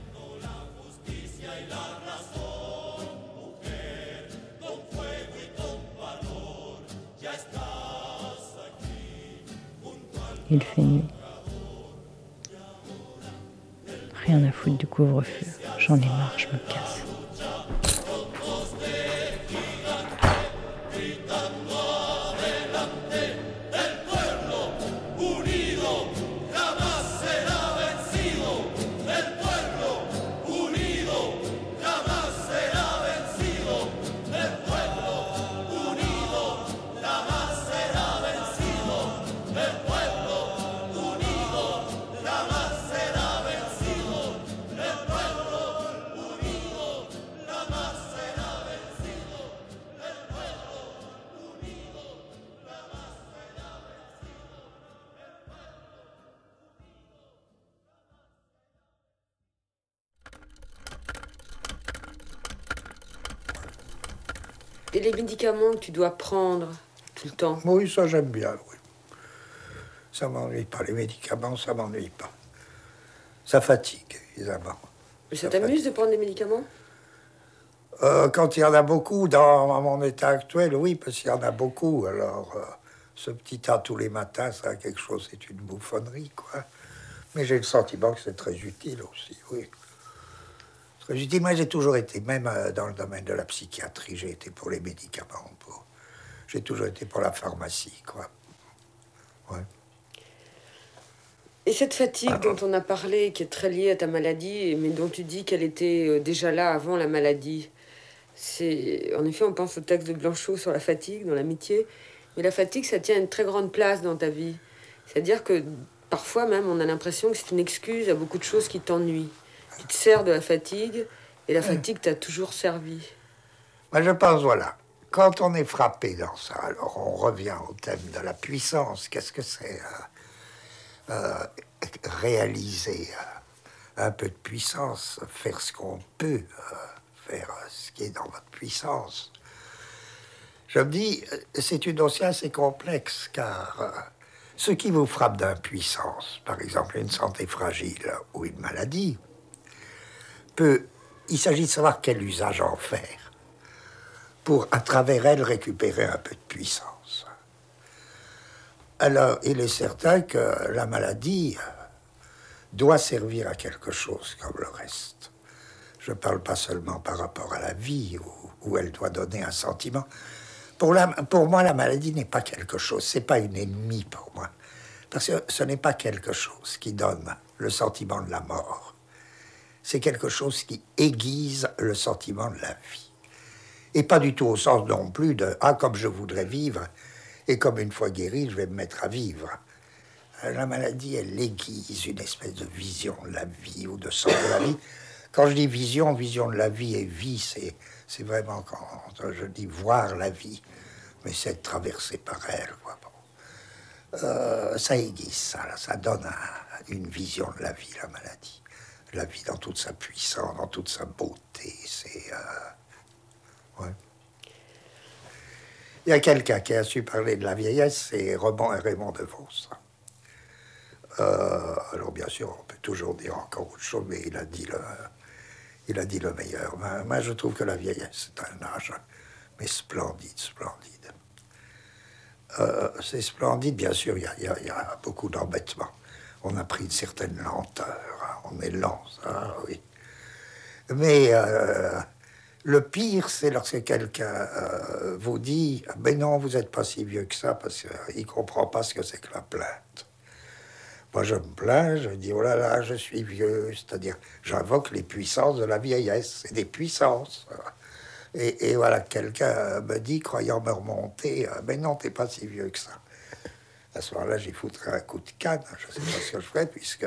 Il fait nuit. Rien à foutre du couvre-feu. J'en ai marre, je me casse. Et les médicaments que tu dois prendre tout le temps? Oui, ça j'aime bien, oui. Ça m'ennuie pas. Les médicaments, ça m'ennuie pas. Ça fatigue, évidemment. Ça t'amuse de prendre des médicaments? Quand il y en a beaucoup, dans mon état actuel, oui, parce qu'il y en a beaucoup. Alors, ce petit tas tous les matins, ça a quelque chose, c'est une bouffonnerie, quoi. Mais j'ai le sentiment que c'est très utile aussi, oui. Très utile. Moi, j'ai toujours été, même dans le domaine de la psychiatrie, j'ai été pour les médicaments. J'ai toujours été pour la pharmacie, quoi. Ouais. Et cette fatigue dont on a parlé, qui est très liée à ta maladie, mais dont tu dis qu'elle était déjà là avant la maladie, c'est... En effet, on pense au texte de Blanchot sur la fatigue, dans l'amitié, mais la fatigue, ça tient une très grande place dans ta vie. C'est-à-dire que parfois même, on a l'impression que c'est une excuse à beaucoup de choses qui t'ennuient. Tu te sers de la fatigue, Et la fatigue t'a toujours servi. Moi, je pense, voilà, quand on est frappé dans ça, alors on revient au thème de la puissance. Qu'est-ce que c'est réaliser un peu de puissance, faire ce qu'on peut, faire ce qui est dans votre puissance. Je me dis, c'est une dossier assez complexe, car ce qui vous frappe d'impuissance, par exemple une santé fragile ou une maladie, il s'agit de savoir quel usage en faire pour, à travers elle, récupérer un peu de puissance. Alors, il est certain que la maladie doit servir à quelque chose comme le reste. Je ne parle pas seulement par rapport à la vie, où elle doit donner un sentiment. Pour moi, la maladie n'est pas quelque chose, c'est pas une ennemie pour moi. Parce que ce n'est pas quelque chose qui donne le sentiment de la mort. C'est quelque chose qui aiguise le sentiment de la vie. Et pas du tout au sens non plus de « Ah, comme je voudrais vivre, et comme une fois guéri, je vais me mettre à vivre ». La maladie, elle aiguise une espèce de vision de la vie ou de sens de la vie. Quand je dis vision de la vie et vie, c'est vraiment quand je dis voir la vie, mais c'est être traversé par elle, quoi. Bon. Ça aiguise ça donne une vision de la vie, la maladie. La vie dans toute sa puissance, dans toute sa beauté, c'est... Ouais. Il y a quelqu'un qui a su parler de la vieillesse, c'est Raymond Devos. Alors bien sûr, on peut toujours dire encore autre chose, mais il a dit le meilleur. Moi, je trouve que la vieillesse, c'est un âge, mais splendide. C'est splendide, bien sûr, il y a beaucoup d'embêtements. On a pris une certaine lenteur, hein, on est lent, ça, oui. Mais le pire, c'est lorsque quelqu'un vous dit « Ben non, vous n'êtes pas si vieux que ça », parce qu'il ne comprend pas ce que c'est que la plainte. Moi, je me plains, je dis « Oh là là, je suis vieux », c'est-à-dire, j'invoque les puissances de la vieillesse, c'est des puissances. Et voilà, quelqu'un me dit, croyant me remonter, « Ben non, t'es pas si vieux que ça ». À ce moment-là, j'y foutrais un coup de canne, je ne sais pas ce que je ferais, puisque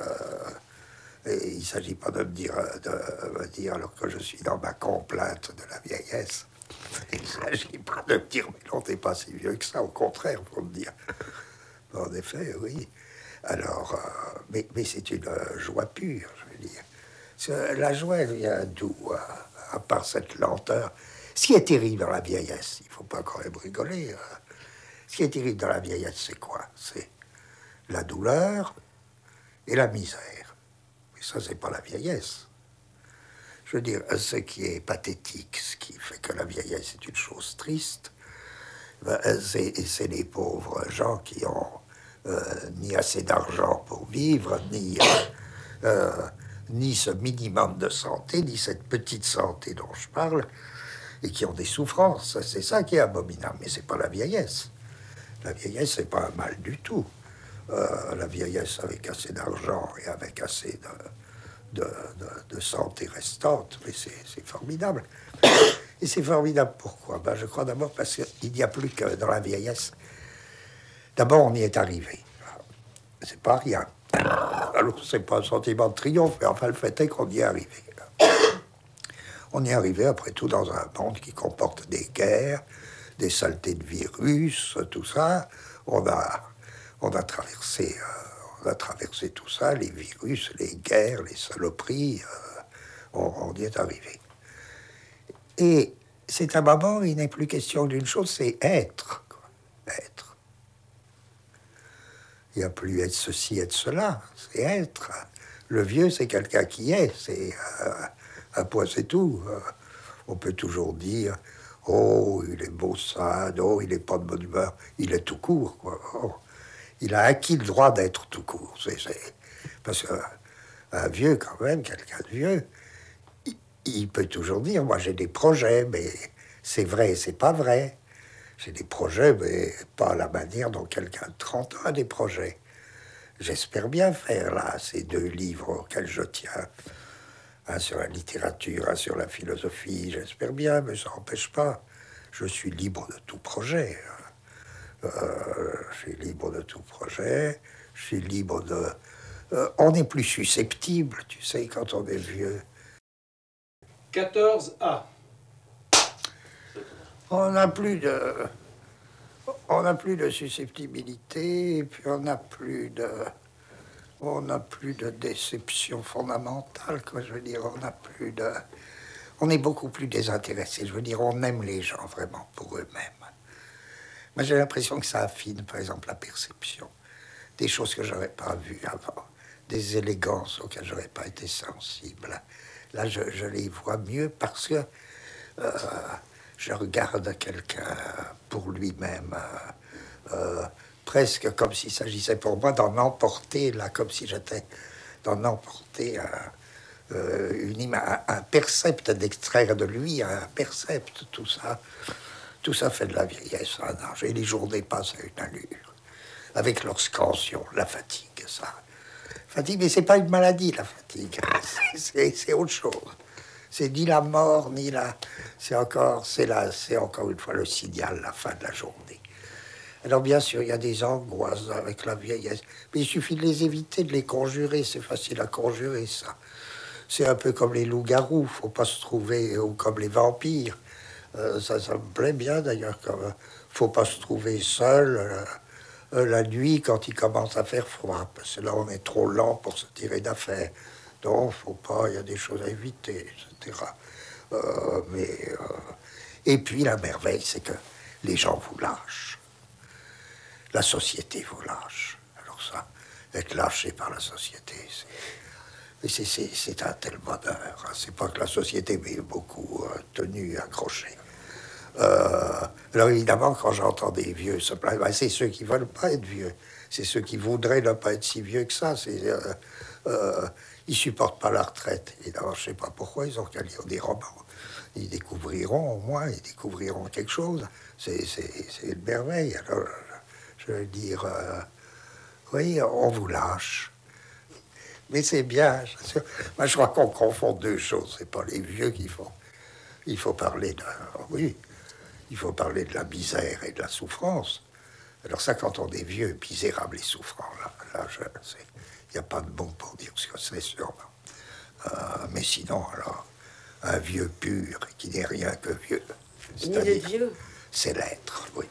il ne s'agit pas de me dire, alors que je suis dans ma complainte de la vieillesse, il ne s'agit pas de me dire, mais non, t'es pas si vieux que ça, au contraire, il faut me dire. En effet, oui. Alors, mais c'est une joie pure, je veux dire. La joie, elle vient d'où, à part cette lenteur. Ce qui est terrible dans la vieillesse, il ne faut pas quand même rigoler. Ce qui est terrible dans la vieillesse, c'est quoi? C'est la douleur et la misère. Mais ça, c'est pas la vieillesse. Je veux dire, ce qui est pathétique, ce qui fait que la vieillesse est une chose triste, c'est les pauvres gens qui ont ni assez d'argent pour vivre, ni ce minimum de santé, ni cette petite santé dont je parle, et qui ont des souffrances. C'est ça qui est abominable, mais c'est pas la vieillesse. La vieillesse, c'est pas un mal du tout. La vieillesse avec assez d'argent et avec assez de santé restante, mais c'est formidable. Et c'est formidable pourquoi? Je crois d'abord parce qu'il n'y a plus que dans la vieillesse. D'abord, on y est arrivé. C'est pas rien. Alors, c'est pas un sentiment de triomphe, mais enfin, le fait est qu'on y est arrivé. On y est arrivé, après tout, dans un monde qui comporte des guerres, des saletés de virus, tout ça. On a traversé tout ça, les virus, les guerres, les saloperies. On y est arrivé. Et c'est un moment où il n'est plus question d'une chose, c'est être. Quoi. Être. Il n'y a plus être ceci, être cela, c'est être. Le vieux, c'est quelqu'un qui est, c'est un point, c'est tout. On peut toujours dire, oh, il est maussade, oh, il n'est pas de bonne humeur, il est tout court, quoi. Oh, il a acquis le droit d'être tout court. Parce qu'un vieux, quand même, quelqu'un de vieux, il peut toujours dire, moi j'ai des projets, mais c'est vrai, c'est pas vrai. J'ai des projets, mais pas à la manière dont quelqu'un de 30 ans a des projets. J'espère bien faire, là, ces 2 livres auxquels je tiens. Un sur la littérature, un sur la philosophie, j'espère bien, mais ça n'empêche pas. Je suis libre de tout projet. Je suis libre de tout projet. Je suis libre de... on est plus susceptible, tu sais, quand on est vieux. 14A. On n'a plus de susceptibilité, et puis on n'a plus de déception fondamentale, quoi. Je veux dire, on est beaucoup plus désintéressé. Je veux dire, on aime les gens vraiment pour eux-mêmes. Moi, j'ai l'impression que ça affine, par exemple, la perception. Des choses que j'aurais pas vues avant, des élégances auxquelles j'aurais pas été sensible. Là, je les vois mieux parce que je regarde quelqu'un pour lui-même, presque comme s'il s'agissait pour moi d'en emporter, là, comme si j'étais d'en emporter un percept, d'extraire de lui un percept, tout ça fait de la vieillesse, un âge. Et les journées passent à une allure, avec leur scansion, la fatigue, ça. Fatigue, mais c'est pas une maladie, la fatigue, c'est autre chose. C'est ni la mort, ni la... C'est encore une fois le signal, la fin de la journée. Alors bien sûr, il y a des angoisses avec la vieillesse, mais il suffit de les éviter, de les conjurer, c'est facile à conjurer, ça. C'est un peu comme les loups-garous, faut pas se trouver, ou comme les vampires. Ça me plaît bien d'ailleurs, faut pas se trouver seul la nuit quand il commence à faire froid, parce que là on est trop lent pour se tirer d'affaire. Donc faut pas, il y a des choses à éviter, etc. Et puis la merveille, c'est que les gens vous lâchent. La société vous lâche. Alors ça, être lâché par la société, c'est un tel bonheur. C'est pas que la société m'ait beaucoup tenu, accroché. Alors évidemment, quand j'entends des vieux se plaindre, c'est ceux qui veulent pas être vieux. C'est ceux qui voudraient ne pas être si vieux que ça. Ils supportent pas la retraite. Évidemment, je sais pas pourquoi, ils ont qu'à lire des romans. Ils découvriront, au moins, ils découvriront quelque chose. C'est une merveille. Alors, je veux dire, oui, on vous lâche. Mais c'est bien. Moi, je crois qu'on confond deux choses. C'est pas les vieux qu'il faut. Il faut parler oui, il faut parler de la misère et de la souffrance. Alors ça, quand on est vieux, misérable et souffrant, là, il n'y a pas de bon pour dire ce que c'est, sûrement. Mais sinon, alors, un vieux pur qui n'est rien que vieux. Ni d'être vieux. C'est l'être, oui.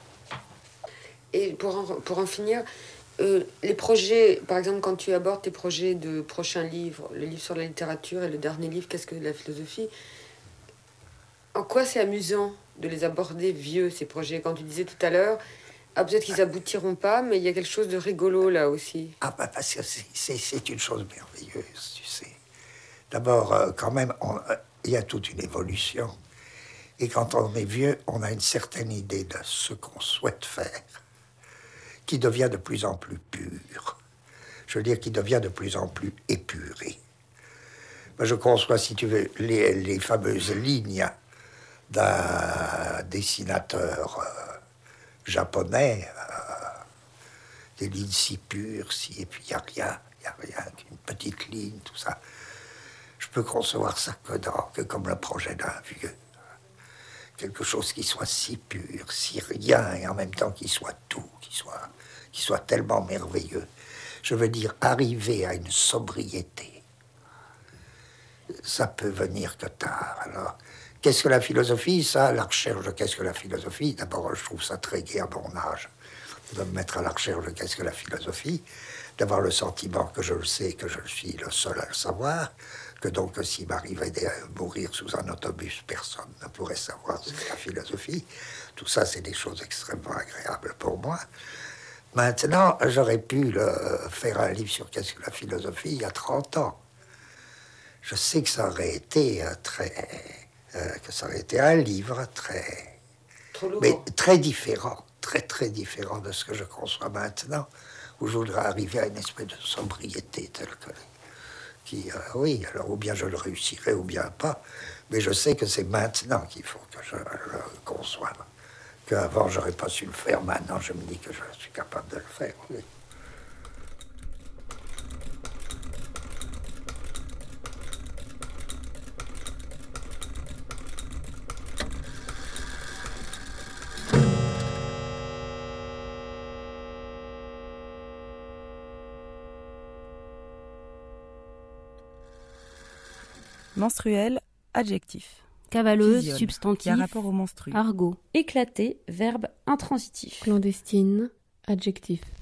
Et pour en finir, les projets, par exemple, quand tu abordes tes projets de prochains livres, le livre sur la littérature et le dernier livre, Qu'est-ce que la philosophie, en quoi c'est amusant de les aborder vieux, ces projets? Quand tu disais tout à l'heure, peut-être qu'ils aboutiront pas, mais il y a quelque chose de rigolo là aussi. Ah bah parce que c'est une chose merveilleuse, tu sais. D'abord, quand même, il y a toute une évolution. Et quand on est vieux, on a une certaine idée de ce qu'on souhaite faire, qui devient de plus en plus pur. Je veux dire, qui devient de plus en plus épuré. Moi, je conçois, si tu veux, les fameuses lignes d'un dessinateur japonais, des lignes si pures, et puis il n'y a rien, qu'une petite ligne, tout ça. Je peux concevoir ça que comme le projet d'un vieux. Quelque chose qui soit si pur, si rien, et en même temps qui soit tout, qui soit tellement merveilleux. Je veux dire, arriver à une sobriété, ça peut venir que tard. Alors, qu'est-ce que la philosophie? Ça, la recherche de qu'est-ce que la philosophie, d'abord, je trouve ça très gai à mon âge, de me mettre à la recherche de qu'est-ce que la philosophie, d'avoir le sentiment que je le sais, que je suis le seul à le savoir, que donc s'il m'arrivait de mourir sous un autobus, personne ne pourrait savoir ce qu'est la philosophie. Tout ça, c'est des choses extrêmement agréables pour moi. Maintenant, j'aurais pu faire un livre sur qu'est-ce que la philosophie il y a 30 ans. Je sais que ça aurait été un livre mais très différent, très différent de ce que je conçois maintenant, où je voudrais arriver à une espèce de sobriété telle que... oui, alors ou bien je le réussirai ou bien pas, mais je sais que c'est maintenant qu'il faut que je le conçoive. Qu'avant, j'aurais pas su le faire, maintenant je me dis que je suis capable de le faire. Oui. Menstruel, adjectif. Cavaleuse, Physiole, substantif. qui a rapport au menstru. Argot. Éclaté, verbe intransitif. Clandestine, adjectif.